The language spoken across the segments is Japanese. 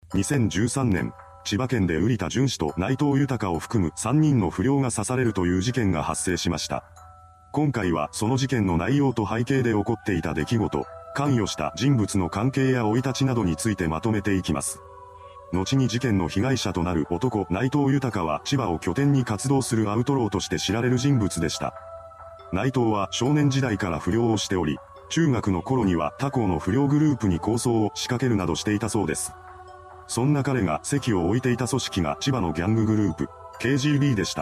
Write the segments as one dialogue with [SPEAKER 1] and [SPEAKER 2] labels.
[SPEAKER 1] 2013年、千葉県で瓜田淳史と内藤豊を含む3人の不良が刺されるという事件が発生しました。今回はその事件の内容と背景で起こっていた出来事、関与した人物の関係や生い立ちなどについてまとめていきます。後に事件の被害者となる男内藤豊は千葉を拠点に活動するアウトローとして知られる人物でした。内藤は少年時代から不良をしており、中学の頃には他校の不良グループに抗争を仕掛けるなどしていたそうです。そんな彼が籍を置いていた組織が千葉のギャンググループ、KGB でした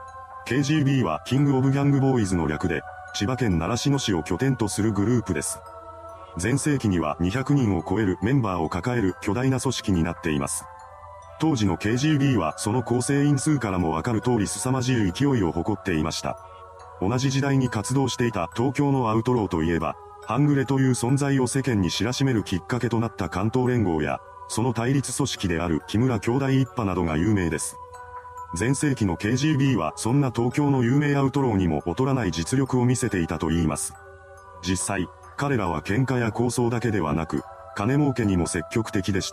[SPEAKER 1] 。KGB はキングオブギャングボーイズの略で、千葉県習志野市を拠点とするグループです。全盛期には200人を超えるメンバーを抱える巨大な組織になっています。当時の KGB はその構成員数からもわかる通り凄まじい勢いを誇っていました。同じ時代に活動していた東京のアウトローといえば、半グレという存在を世間に知らしめるきっかけとなった関東連合や、その対立組織である木村兄弟一派などが有名です。全盛期の KGB はそんな東京の有名アウトローにも劣らない実力を見せていたといいます。実際、彼らは喧嘩や抗争だけではなく、金儲けにも積極的でした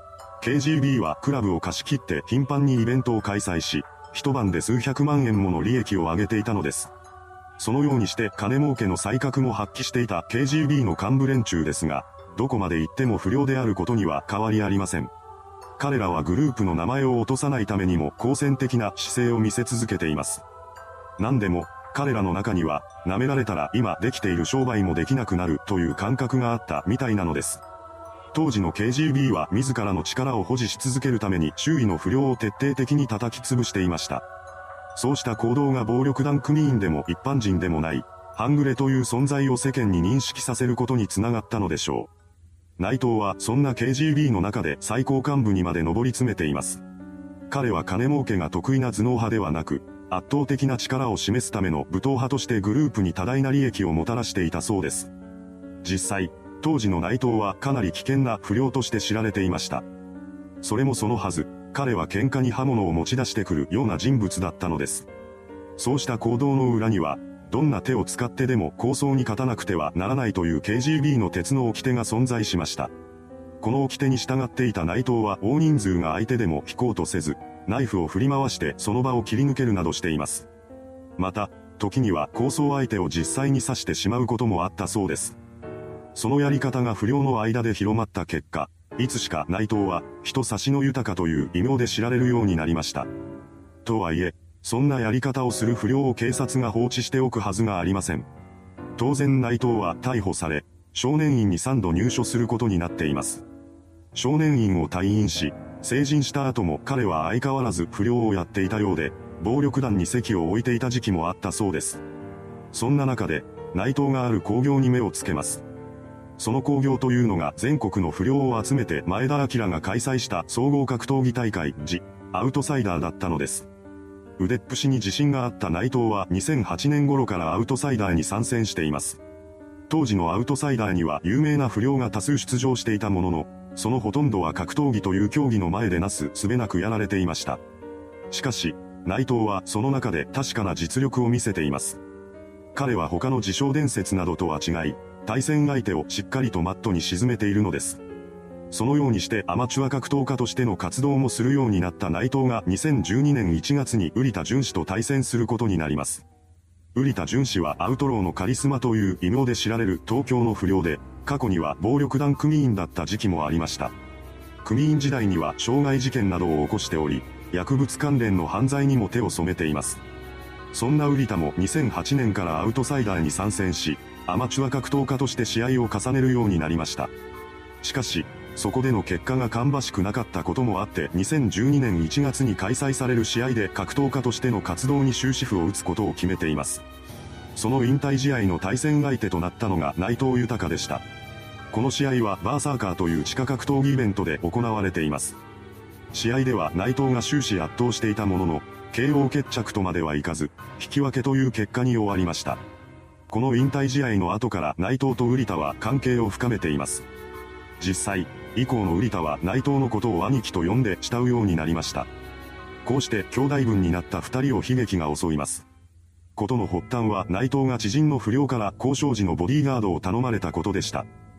[SPEAKER 1] 。KGB はクラブを貸し切って頻繁にイベントを開催し、一晩で数百万円もの利益を上げていたのです。そのようにして金儲けの才覚も発揮していた KGB の幹部連中ですが、どこまで行っても不良であることには変わりありません。彼らはグループの名前を落とさないためにも好戦的な姿勢を見せ続けています。何でも、彼らの中には、舐められたら今できている商売もできなくなるという感覚があったみたいなのです。当時の KGB は自らの力を保持し続けるために周囲の不良を徹底的に叩き潰していました。そうした行動が暴力団組員でも一般人でもない、半グレという存在を世間に認識させることにつながったのでしょう。内藤はそんな KGB の中で最高幹部にまで上り詰めています。彼は金儲けが得意な頭脳派ではなく、圧倒的な力を示すための武闘派としてグループに多大な利益をもたらしていたそうです。実際、当時の内藤はかなり危険な不良として知られていました。それもそのはず、彼は喧嘩に刃物を持ち出してくるような人物だったのです。そうした行動の裏には、どんな手を使ってでも抗争に勝たなくてはならないという KGB の鉄の掟が存在しました。この掟に従っていた内藤は大人数が相手でも引こうとせず、ナイフを振り回してその場を切り抜けるなどしています。また、時には抗争相手を実際に刺してしまうこともあったそうです。そのやり方が不良の間で広まった結果、いつしか内藤は人差しの豊という異名で知られるようになりました。とはいえ、そんなやり方をする不良を警察が放置しておくはずがありません。当然内藤は逮捕され、少年院に3度入所することになっています。少年院を退院し、成人した後も彼は相変わらず不良をやっていたようで、暴力団に籍を置いていた時期もあったそうです。そんな中で、内藤がある興行に目をつけます。その興行というのが全国の不良を集めて前田明が開催した総合格闘技大会、アウトサイダーだったのです。腕っぷしに自信があった内藤は2008年頃からアウトサイダーに参戦しています。当時のアウトサイダーには有名な不良が多数出場していたものの、そのほとんどは格闘技という競技の前でなすすべなくやられていました。しかし、内藤はその中で確かな実力を見せています。彼は他の自称伝説などとは違い、対戦相手をしっかりとマットに沈めているのです。そのようにしてアマチュア格闘家としての活動もするようになった内藤が2012年1月に瓜田淳史と対戦することになります。瓜田淳史はアウトローのカリスマという異名で知られる東京の不良で、過去には暴力団組員だった時期もありました。組員時代には傷害事件などを起こしており、薬物関連の犯罪にも手を染めています。そんな瓜田も2008年からアウトサイダーに参戦し、アマチュア格闘家として試合を重ねるようになりました。しかし、そこでの結果が芳しくなかったこともあって2012年1月に開催される試合で格闘家としての活動に終止符を打つことを決めています。その引退試合の対戦相手となったのが内藤豊でした。この試合はバーサーカーという地下格闘技イベントで行われています。試合では内藤が終始圧倒していたものの、KO 決着とまではいかず、引き分けという結果に終わりました。この引退試合の後から内藤と瓜田は関係を深めています。実際、以降の瓜田は内藤のことを兄貴と呼んで慕うようになりました。こうして兄弟分になった二人を悲劇が襲います。ことの発端は内藤が知人の不良から交渉時のボディーガードを頼まれたことでした。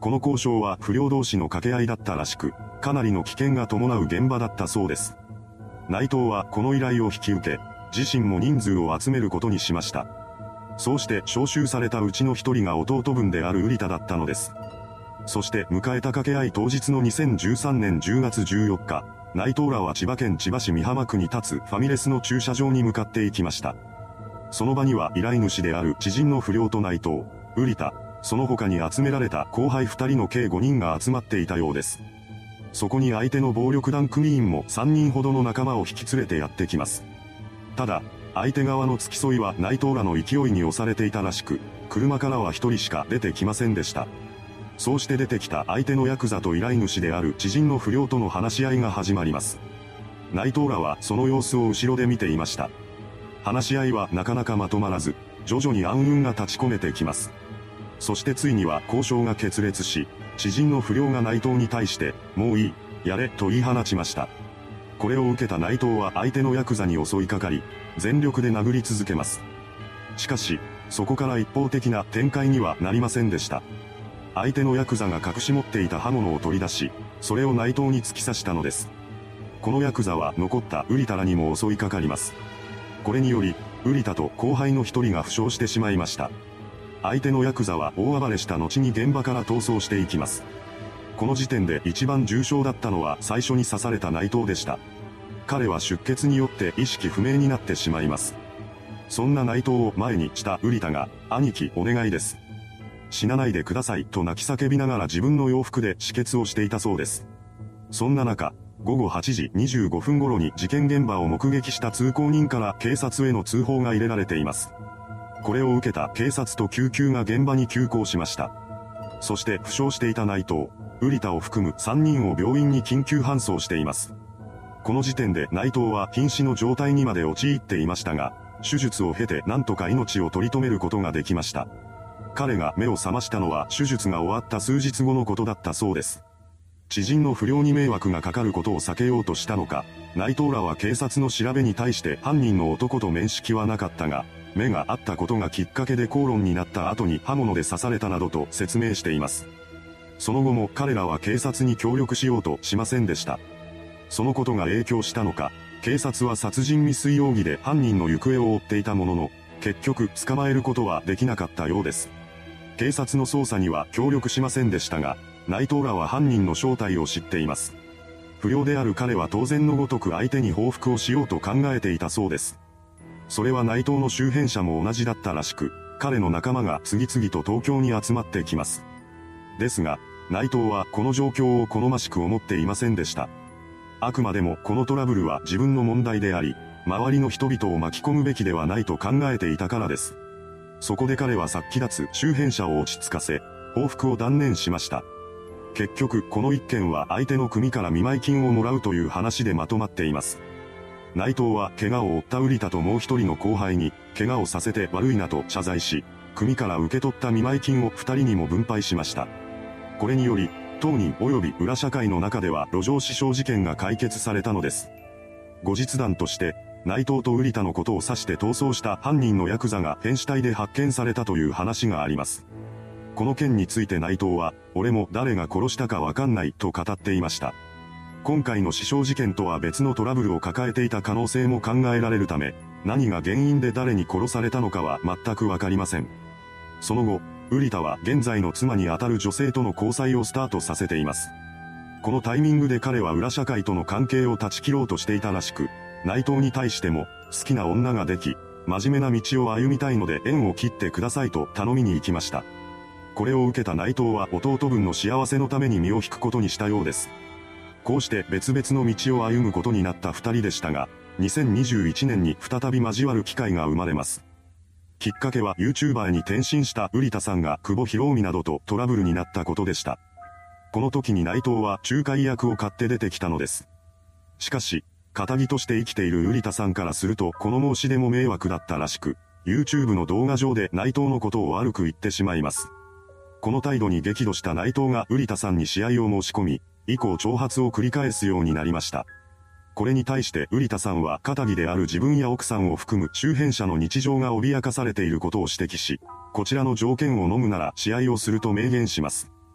[SPEAKER 1] この交渉は不良同士の掛け合いだったらしく、かなりの危険が伴う現場だったそうです。内藤はこの依頼を引き受け、自身も人数を集めることにしました。そうして招集されたうちの一人が弟分である瓜田だったのです。そして迎えた掛け合い当日の2013年10月14日、内藤らは千葉県千葉市美浜区に立つファミレスの駐車場に向かっていきました。その場には依頼主である知人の不良と内藤、瓜田、その他に集められた後輩2人の計5人が集まっていたようです。そこに相手の暴力団組員も3人ほどの仲間を引き連れてやってきます。ただ、相手側の付き添いは内藤らの勢いに押されていたらしく、車からは1人しか出てきませんでした。そうして出てきた相手のヤクザと依頼主である知人の不良との話し合いが始まります。内藤らはその様子を後ろで見ていました。話し合いはなかなかまとまらず、徐々に暗雲が立ち込めてきます。そしてついには交渉が決裂し、知人の不良が内藤に対して、もういい、やれ、と言い放ちました。これを受けた内藤は相手のヤクザに襲いかかり、全力で殴り続けます。しかし、そこから一方的な展開にはなりませんでした。相手のヤクザが隠し持っていた刃物を取り出し、それを内藤に突き刺したのです。このヤクザは残った瓜田らにも襲いかかります。これにより、瓜田と後輩の一人が負傷してしまいました。相手のヤクザは大暴れした後に現場から逃走していきます。この時点で一番重傷だったのは最初に刺された内藤でした。彼は出血によって意識不明になってしまいます。そんな内藤を前にした瓜田が、兄貴お願いです。死なないでくださいと泣き叫びながら自分の洋服で止血をしていたそうです。そんな中、午後8時25分頃に事件現場を目撃した通行人から警察への通報が入れられています。これを受けた警察と救急が現場に急行しました。そして負傷していた内藤、瓜田を含む3人を病院に緊急搬送しています。この時点で内藤は瀕死の状態にまで陥っていましたが、手術を経てなんとか命を取り留めることができました。彼が目を覚ましたのは手術が終わった数日後のことだったそうです。知人の不良に迷惑がかかることを避けようとしたのか、内藤らは警察の調べに対して犯人の男と面識はなかったが、目が合ったことがきっかけで口論になった後に刃物で刺されたなどと説明しています。その後も彼らは警察に協力しようとしませんでした。そのことが影響したのか、警察は殺人未遂容疑で犯人の行方を追っていたものの、結局捕まえることはできなかったようです。警察の捜査には協力しませんでしたが、内藤らは犯人の正体を知っています。不良である彼は当然のごとく相手に報復をしようと考えていたそうです。それは内藤の周辺者も同じだったらしく、彼の仲間が次々と東京に集まってきます。ですが、内藤はこの状況を好ましく思っていませんでした。あくまでもこのトラブルは自分の問題であり、周りの人々を巻き込むべきではないと考えていたからです。そこで彼は殺気立つ周辺者を落ち着かせ、報復を断念しました。結局この一件は相手の組から見舞金をもらうという話でまとまっています。内藤は怪我を負った瓜田ともう一人の後輩に、怪我をさせて悪いなと謝罪し、組から受け取った見舞金を二人にも分配しました。これにより、当人及び裏社会の中では路上死傷事件が解決されたのです。後日談として、内藤と瓜田のことを指して逃走した犯人のヤクザが変死体で発見されたという話があります。この件について内藤は、俺も誰が殺したかわかんないと語っていました。今回の死傷事件とは別のトラブルを抱えていた可能性も考えられるため、何が原因で誰に殺されたのかは全くわかりません。その後、瓜田は現在の妻にあたる女性との交際をスタートさせています。このタイミングで彼は裏社会との関係を断ち切ろうとしていたらしく、内藤に対しても、好きな女ができ、真面目な道を歩みたいので縁を切ってくださいと頼みに行きました。これを受けた内藤は弟分の幸せのために身を引くことにしたようです。こうして別々の道を歩むことになった二人でしたが、2021年に再び交わる機会が生まれます。きっかけは YouTuber に転身した瓜田さんが久保博臣などとトラブルになったことでした。この時に内藤は仲介役を買って出てきたのです。しかし、堅気として生きている瓜田さんからするとこの申し出も迷惑だったらしく、YouTube の動画上で内藤のことを悪く言ってしまいます。この態度に激怒した内藤が瓜田さんに試合を申し込み、以降挑発を繰り返すようになりました。これに対して瓜田さんは堅気である自分や奥さんを含む周辺者の日常が脅かされていることを指摘し、こちらの条件を飲むなら試合をすると明言します。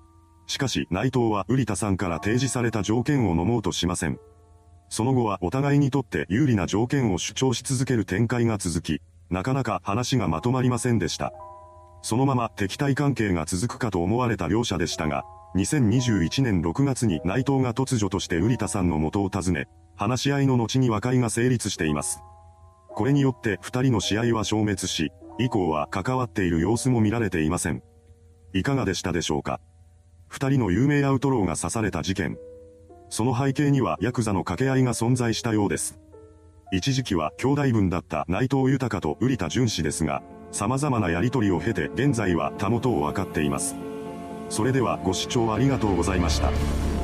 [SPEAKER 1] しかし内藤は瓜田さんから提示された条件を飲もうとしません。その後はお互いにとって有利な条件を主張し続ける展開が続き、なかなか話がまとまりませんでした。そのまま敵対関係が続くかと思われた両者でしたが、2021年6月に内藤が突如として瓜田さんの元を訪ね、話し合いの後に和解が成立しています。これによって二人の試合は消滅し、以降は関わっている様子も見られていません。いかがでしたでしょうか。二人の有名アウトローが刺された事件。その背景にはヤクザの掛け合いが存在したようです。一時期は兄弟分だった内藤豊と瓜田淳氏ですが、様々なやりとりを経て現在はたもとを分かっています。それではご視聴ありがとうございました。